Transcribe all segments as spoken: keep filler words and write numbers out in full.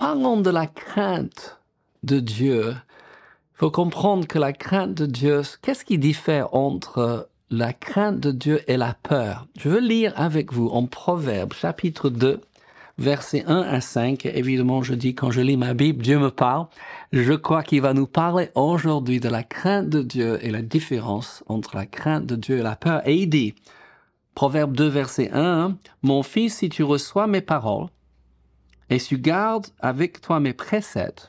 parlons de la crainte de Dieu, il faut comprendre que la crainte de Dieu, qu'est-ce qui diffère entre la crainte de Dieu et la peur? Je veux lire avec vous en Proverbes, chapitre deux, versets un à cinq. Évidemment, je dis, quand je lis ma Bible, Dieu me parle. Je crois qu'il va nous parler aujourd'hui de la crainte de Dieu et la différence entre la crainte de Dieu et la peur. Et il dit, Proverbe deux, verset un, « Mon fils, si tu reçois mes paroles, et si tu gardes avec toi mes préceptes,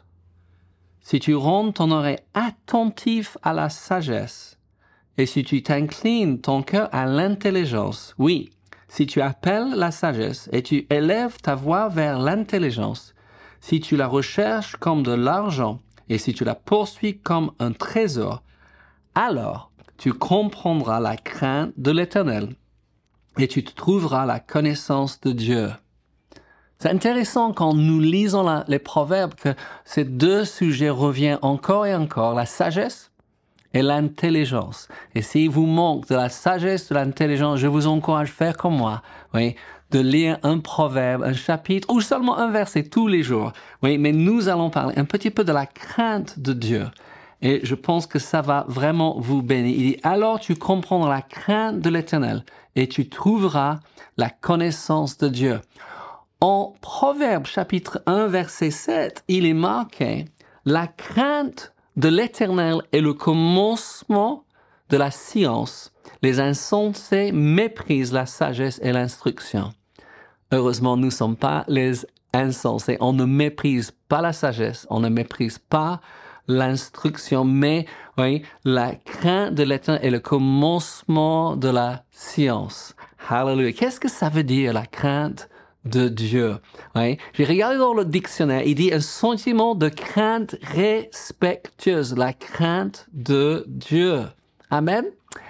si tu rends ton oreille attentif à la sagesse, et si tu t'inclines ton cœur à l'intelligence, oui, si tu appelles la sagesse et tu élèves ta voix vers l'intelligence, si tu la recherches comme de l'argent et si tu la poursuis comme un trésor, alors tu comprendras la crainte de l'Éternel et tu trouveras la connaissance de Dieu. » C'est intéressant quand nous lisons la, les proverbes que ces deux sujets reviennent encore et encore, la sagesse et l'intelligence. Et s'il vous manque de la sagesse, de l'intelligence, je vous encourage à faire comme moi, oui, de lire un proverbe, un chapitre ou seulement un verset tous les jours. Oui, mais nous allons parler un petit peu de la crainte de Dieu. Et je pense que ça va vraiment vous bénir. Il dit, alors tu comprendras la crainte de l'Éternel et tu trouveras la connaissance de Dieu. En Proverbe chapitre un, verset sept, il est marqué, la crainte de l'Éternel est le commencement de la science. Les insensés méprisent la sagesse et l'instruction. Heureusement, nous ne sommes pas les insensés. On ne méprise pas la sagesse, on ne méprise pas l'instruction, mais oui, la crainte de l'Éternel est le commencement de la science. Hallelujah. Qu'est-ce que ça veut dire, la crainte de Dieu? Oui. J'ai regardé dans le dictionnaire, il dit un sentiment de crainte respectueuse, la crainte de Dieu. Amen.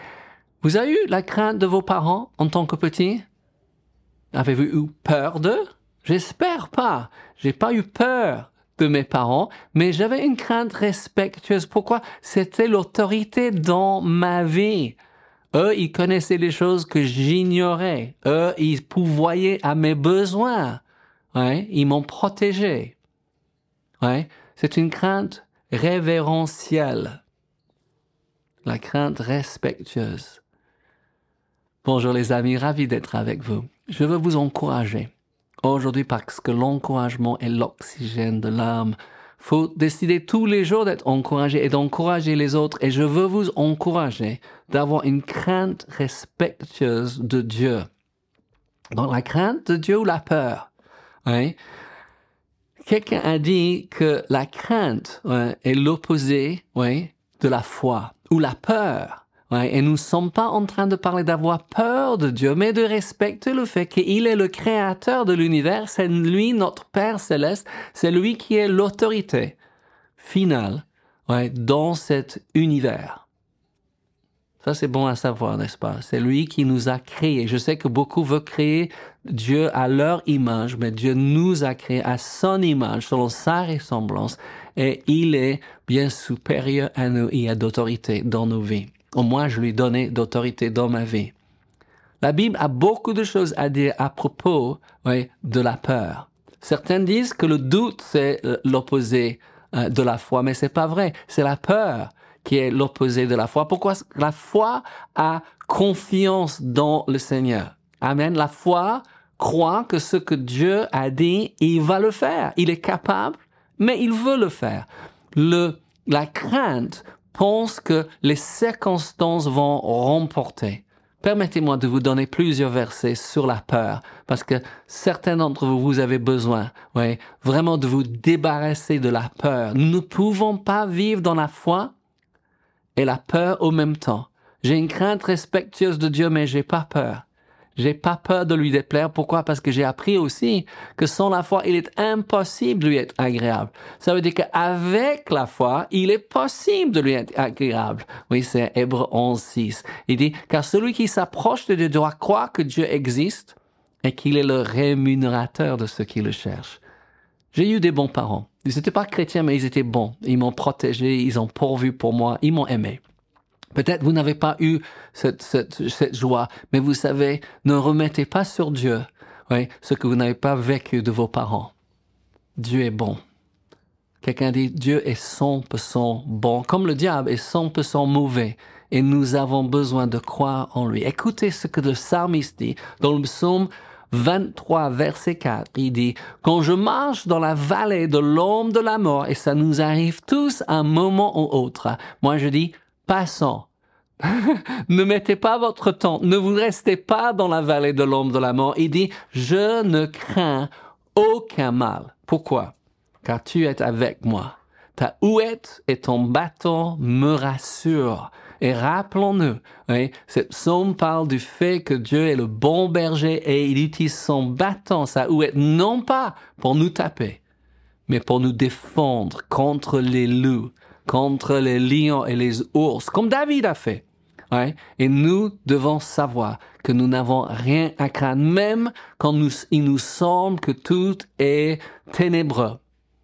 Vous avez eu la crainte de vos parents en tant que petit? Avez-vous eu peur d'eux? J'espère pas. J'ai pas eu peur de mes parents, mais j'avais une crainte respectueuse. Pourquoi? C'était l'autorité dans ma vie. Eux, ils connaissaient les choses que j'ignorais. Eux, ils pourvoyaient à mes besoins. Ouais, ils m'ont protégé. Ouais, c'est une crainte révérentielle. La crainte respectueuse. Bonjour les amis, ravi d'être avec vous. Je veux vous encourager aujourd'hui parce que l'encouragement est l'oxygène de l'âme. Faut décider tous les jours d'être encouragé et d'encourager les autres. Et je veux vous encourager d'avoir une crainte respectueuse de Dieu. Donc la crainte de Dieu ou la peur? Oui. Quelqu'un a dit que la crainte ouais, est l'opposé ouais, de la foi ou la peur. Ouais, et nous ne sommes pas en train de parler d'avoir peur de Dieu, mais de respecter le fait qu'il est le créateur de l'univers, c'est lui notre Père céleste, c'est lui qui est l'autorité finale ouais, dans cet univers. Ça, c'est bon à savoir, n'est-ce pas? C'est lui qui nous a créés. Je sais que beaucoup veulent créer Dieu à leur image, mais Dieu nous a créés à son image, selon sa ressemblance, et il est bien supérieur à nous, il a d'autorité dans nos vies. Au moins, je lui donnais d'autorité dans ma vie. La Bible a beaucoup de choses à dire à propos ouais, de la peur. Certains disent que le doute, c'est l'opposé euh, de la foi, mais c'est pas vrai. C'est la peur qui est l'opposé de la foi. Pourquoi? La foi a confiance dans le Seigneur. Amen. La foi croit que ce que Dieu a dit, il va le faire. Il est capable, mais il veut le faire. Le, la crainte pense que les circonstances vont remporter. Permettez-moi de vous donner plusieurs versets sur la peur, parce que certains d'entre vous, vous avez besoin, ouais, vraiment de vous débarrasser de la peur. Nous ne pouvons pas vivre dans la foi et la peur au même temps. J'ai une crainte respectueuse de Dieu, mais j'ai pas peur. J'ai pas peur de lui déplaire. Pourquoi? Parce que j'ai appris aussi que sans la foi, il est impossible de lui être agréable. Ça veut dire qu'avec la foi, il est possible de lui être agréable. Oui, c'est Hébreux onze, six. Il dit, car celui qui s'approche de Dieu doit croire que Dieu existe et qu'il est le rémunérateur de ceux qui le cherchent. J'ai eu des bons parents. Ils n'étaient pas chrétiens, mais ils étaient bons. Ils m'ont protégé, ils ont pourvu pour moi, ils m'ont aimé. Peut-être vous n'avez pas eu cette, cette, cette joie, mais vous savez, ne remettez pas sur Dieu oui, ce que vous n'avez pas vécu de vos parents. Dieu est bon. Quelqu'un dit, Dieu est cent pour cent bon, comme le diable est cent pour cent mauvais. Et nous avons besoin de croire en lui. Écoutez ce que le psalmiste dit dans le psaume vingt-trois, verset quatre. Il dit, « Quand je marche dans la vallée de l'ombre de la mort, et ça nous arrive tous à un moment ou autre, moi je dis, passons. Ne mettez pas votre temps, ne vous restez pas dans la vallée de l'ombre de la mort. » Il dit, « Je ne crains aucun mal. » Pourquoi? Car tu es avec moi. Ta houette et ton bâton me rassurent. Et rappelons-nous, oui, cette psaume parle du fait que Dieu est le bon berger et il utilise son bâton, sa houette, non pas pour nous taper, mais pour nous défendre contre les loups, contre les lions et les ours, comme David a fait. Oui. Et nous devons savoir que nous n'avons rien à craindre, même quand nous, il nous semble que tout est ténébreux.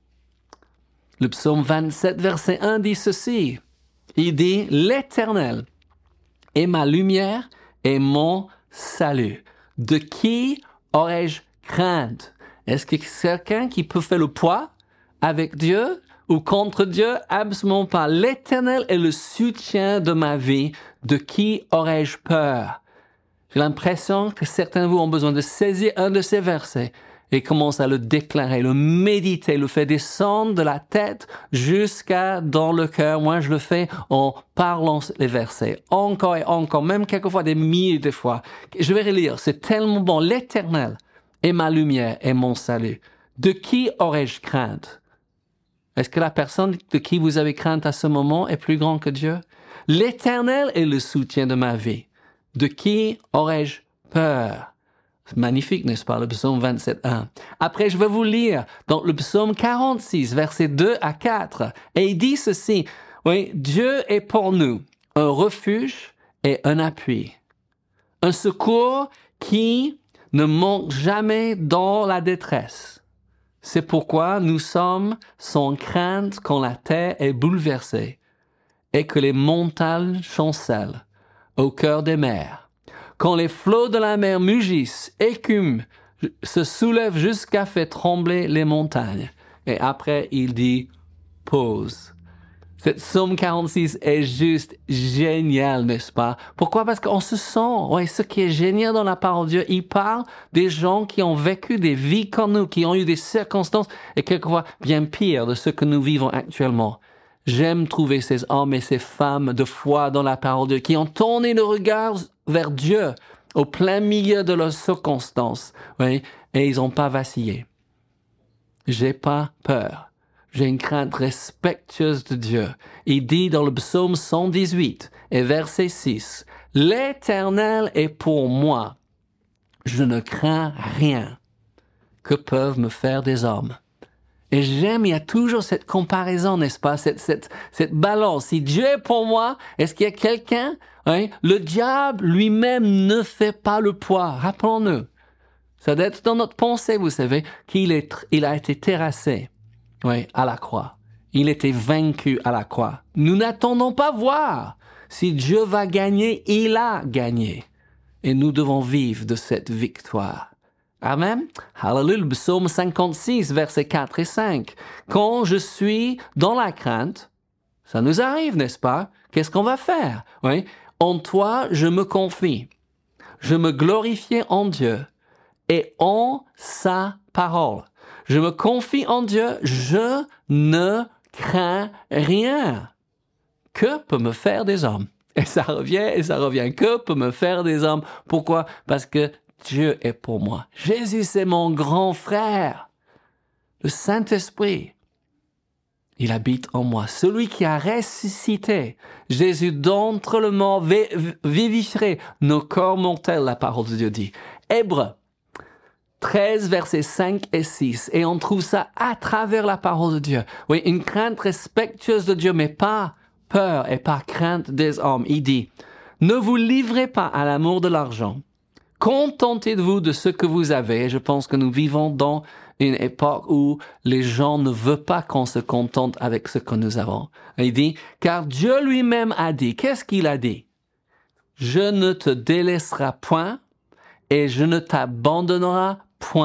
Le psaume vingt-sept, verset un dit ceci. Il dit, « L'Éternel est ma lumière et mon salut. De qui aurais-je crainte? » Est-ce que c'est quelqu'un qui peut faire le poids avec Dieu ou contre Dieu? Absolument pas. L'Éternel est le soutien de ma vie. De qui aurais-je peur? J'ai l'impression que certains de vous ont besoin de saisir un de ces versets et commence à le déclarer, le méditer, le faire descendre de la tête jusqu'à dans le cœur. Moi, je le fais en parlant les versets, encore et encore, même quelquefois des milliers de fois. Je vais relire, c'est tellement bon. L'Éternel est ma lumière et mon salut. De qui aurais-je crainte? Est-ce que la personne de qui vous avez crainte à ce moment est plus grande que Dieu? L'Éternel est le soutien de ma vie. De qui aurais-je peur? Magnifique, n'est-ce pas, le psaume vingt-sept, un. Après, je vais vous lire dans le psaume quarante-six, versets deux à quatre. Et il dit ceci, oui, Dieu est pour nous un refuge et un appui, un secours qui ne manque jamais dans la détresse. C'est pourquoi nous sommes sans crainte quand la terre est bouleversée et que les montagnes chancellent au cœur des mers. Quand les flots de la mer mugissent, écument, se soulèvent jusqu'à faire trembler les montagnes. Et après, il dit, pause. Cette psaume quarante-six est juste géniale, n'est-ce pas? Pourquoi? Parce qu'on se sent, ouais, ce qui est génial dans la parole de Dieu, il parle des gens qui ont vécu des vies comme nous, qui ont eu des circonstances, et quelquefois bien pire de ce que nous vivons actuellement. J'aime trouver ces hommes et ces femmes de foi dans la parole de Dieu, qui ont tourné le regard vers Dieu au plein milieu de leurs circonstances, oui, et ils n'ont pas vacillé. J'ai pas peur. J'ai une crainte respectueuse de Dieu. Il dit dans le psaume cent dix-huit et verset six, « L'Éternel est pour moi. Je ne crains rien. Que peuvent me faire des hommes? » Et j'aime, il y a toujours cette comparaison, n'est-ce pas? Cette, cette, cette balance. Si Dieu est pour moi, est-ce qu'il y a quelqu'un? Hein? Le diable lui-même ne fait pas le poids. Rappelons-nous. Ça doit être dans notre pensée, vous savez, qu'il est, il a été terrassé, oui, à la croix. Il était vaincu à la croix. Nous n'attendons pas voir. Si Dieu va gagner, il a gagné. Et nous devons vivre de cette victoire. Amen. Hallelujah. Le psaume cinquante-six, versets quatre et cinq. Quand je suis dans la crainte, ça nous arrive, n'est-ce pas? Qu'est-ce qu'on va faire? Oui. En toi, je me confie. Je me glorifie en Dieu et en sa parole. Je me confie en Dieu. Je ne crains rien. Que peut me faire des hommes? Et ça revient, et ça revient. Que peut me faire des hommes? Pourquoi? Parce que Dieu est pour moi. Jésus, c'est mon grand frère. Le Saint-Esprit, il habite en moi. Celui qui a ressuscité Jésus d'entre le mort vivifierait nos corps mortels, la parole de Dieu dit. Hébreux treize, versets cinq et six. Et on trouve ça à travers la parole de Dieu. Oui, une crainte respectueuse de Dieu, mais pas peur et pas crainte des hommes. Il dit, ne vous livrez pas à l'amour de l'argent. Contentez-vous de ce que vous avez. Je pense que nous vivons dans une époque où les gens ne veulent pas qu'on se contente avec ce que nous avons. Il dit, car Dieu lui-même a dit, qu'est-ce qu'il a dit? Je ne te délaisserai point et je ne t'abandonnerai point.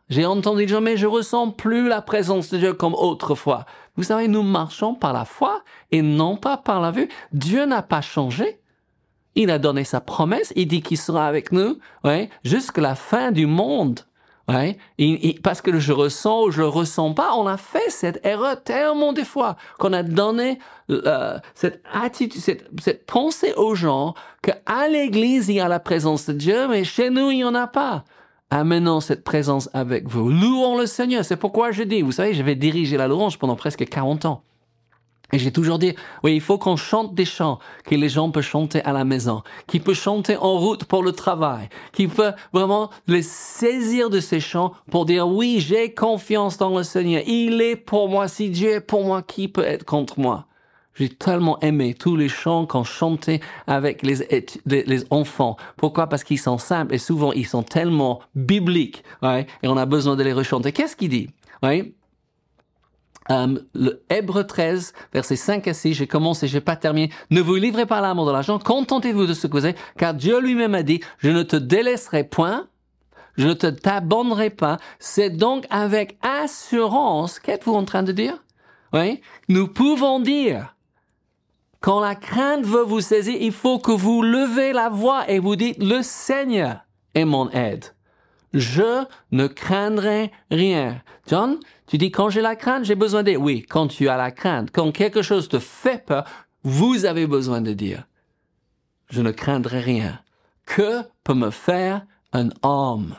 J'ai entendu dire, mais je ressens plus la présence de Dieu comme autrefois. Vous savez, nous marchons par la foi et non pas par la vue. Dieu n'a pas changé. Il a donné sa promesse. Il dit qu'il sera avec nous, ouais, jusqu'à la fin du monde. Ouais, il, il, parce que je ressens ou je le ressens pas, on a fait cette erreur tellement de fois qu'on a donné euh, cette attitude, cette, cette pensée aux gens qu'à l'église il y a la présence de Dieu, mais chez nous il y en a pas. Amenons cette présence avec vous. Louons le Seigneur. C'est pourquoi je dis, vous savez, j'avais dirigé la louange pendant presque quarante ans. Et j'ai toujours dit, oui, il faut qu'on chante des chants que les gens peuvent chanter à la maison, qui peut chanter en route pour le travail, qui peut vraiment les saisir de ces chants pour dire, oui, j'ai confiance dans le Seigneur. Il est pour moi. Si Dieu est pour moi, qui peut être contre moi? J'ai tellement aimé tous les chants qu'on chantait avec les, les, les enfants. Pourquoi? Parce qu'ils sont simples et souvent ils sont tellement bibliques, ouais, et on a besoin de les rechanter. Qu'est-ce qu'il dit? Ouais. Um, le Hébreux treize, versets cinq à six, j'ai commencé, j'ai pas terminé. Ne vous livrez pas à l'amour de l'argent, contentez-vous de ce que vous avez, car Dieu lui-même a dit, je ne te délaisserai point, je ne te t'abandonnerai pas. C'est donc avec assurance, qu'êtes-vous en train de dire? Oui, nous pouvons dire, quand la crainte veut vous saisir, il faut que vous levez la voix et vous dites, le Seigneur est mon aide. Je ne craindrai rien. John, tu dis, quand j'ai la crainte, j'ai besoin d'aide. Oui, quand tu as la crainte, quand quelque chose te fait peur, vous avez besoin de dire, je ne craindrai rien. Que peut me faire un homme?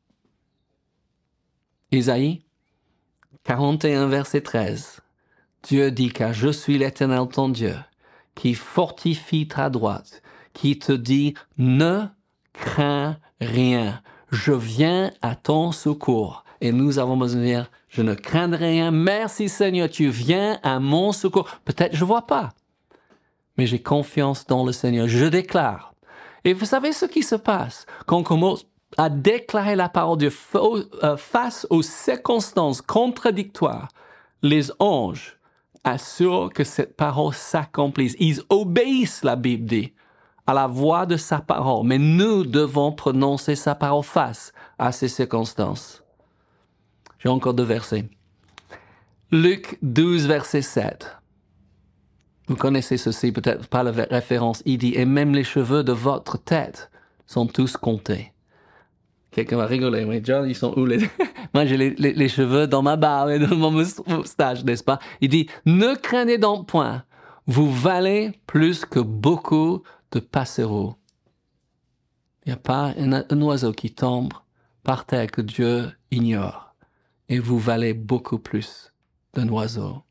Isaïe quarante et un, verset treize. Dieu dit, car je suis l'Éternel ton Dieu, qui fortifie ta droite, qui te dit, ne crains rien. Je viens à ton secours. Et nous avons besoin de dire, je ne craindrai rien. Merci Seigneur, tu viens à mon secours. Peut-être je vois pas, mais j'ai confiance dans le Seigneur. Je déclare. Et vous savez ce qui se passe quand on commence à déclarer la parole de Dieu face aux circonstances contradictoires. Les anges assurent que cette parole s'accomplisse. Ils obéissent, la Bible dit, à la voix de sa parole. Mais nous devons prononcer sa parole face à ces circonstances. J'ai encore deux versets. Luc douze, verset sept. Vous connaissez ceci, peut-être pas la référence. Il dit, et même les cheveux de votre tête sont tous comptés. Quelqu'un va rigoler. Oui, John, ils sont où les... Moi, j'ai les, les, les cheveux dans ma barbe et dans mon moustache, n'est-ce pas? Il dit, ne craignez donc point. Vous valez plus que beaucoup de passereaux. Il n'y a pas un, un oiseau qui tombe par terre que Dieu ignore. Et vous valez beaucoup plus d'un oiseau.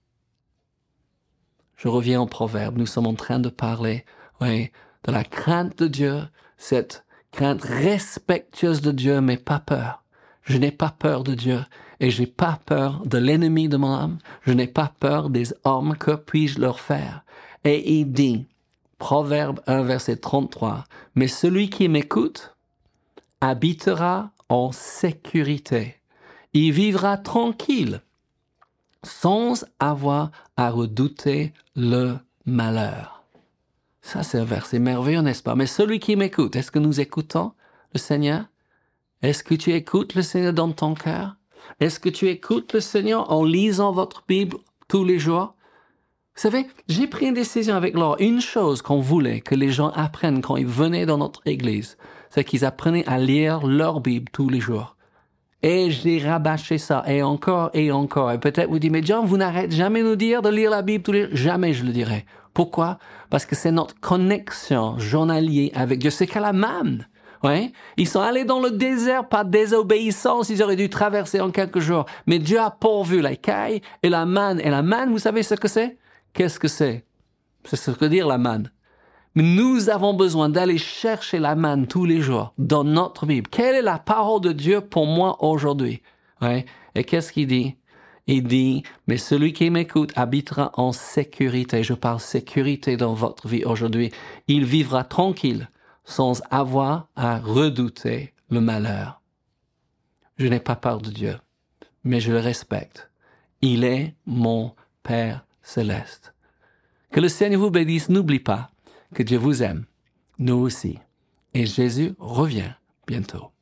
Je reviens au proverbe. Nous sommes en train de parler, oui, de la crainte de Dieu, cette crainte respectueuse de Dieu, mais pas peur. Je n'ai pas peur de Dieu et j'ai pas peur de l'ennemi de mon âme. Je n'ai pas peur des hommes. Que puis-je leur faire? Et il dit, Proverbe un, verset trente-trois, « Mais celui qui m'écoute habitera en sécurité. Il vivra tranquille, sans avoir à redouter le malheur. » Ça, c'est un verset merveilleux, n'est-ce pas? Mais celui qui m'écoute, est-ce que nous écoutons le Seigneur? Est-ce que tu écoutes le Seigneur dans ton cœur? Est-ce que tu écoutes le Seigneur en lisant votre Bible tous les jours? Vous savez, j'ai pris une décision avec Laure. Une chose qu'on voulait que les gens apprennent quand ils venaient dans notre église, c'est qu'ils apprenaient à lire leur Bible tous les jours. Et j'ai rabâché ça, et encore, et encore. Et peut-être vous dites, mais John, vous n'arrêtez jamais de nous dire de lire la Bible tous les jours. Jamais je le dirai. Pourquoi? Parce que c'est notre connexion journalière avec Dieu. C'est qu'à la manne. Ouais. Ils sont allés dans le désert par désobéissance, ils auraient dû traverser en quelques jours. Mais Dieu a pourvu la caille et la manne. Et la manne, vous savez ce que c'est? Qu'est-ce que c'est? C'est ce que veut dire la manne. Mais nous avons besoin d'aller chercher la manne tous les jours dans notre Bible. Quelle est la parole de Dieu pour moi aujourd'hui? Ouais. Et qu'est-ce qu'il dit? Il dit, mais celui qui m'écoute habitera en sécurité. Je parle sécurité dans votre vie aujourd'hui. Il vivra tranquille, sans avoir à redouter le malheur. Je n'ai pas peur de Dieu, mais je le respecte. Il est mon Père céleste. Que le Seigneur vous bénisse. N'oublie pas que Dieu vous aime, nous aussi. Et Jésus revient bientôt.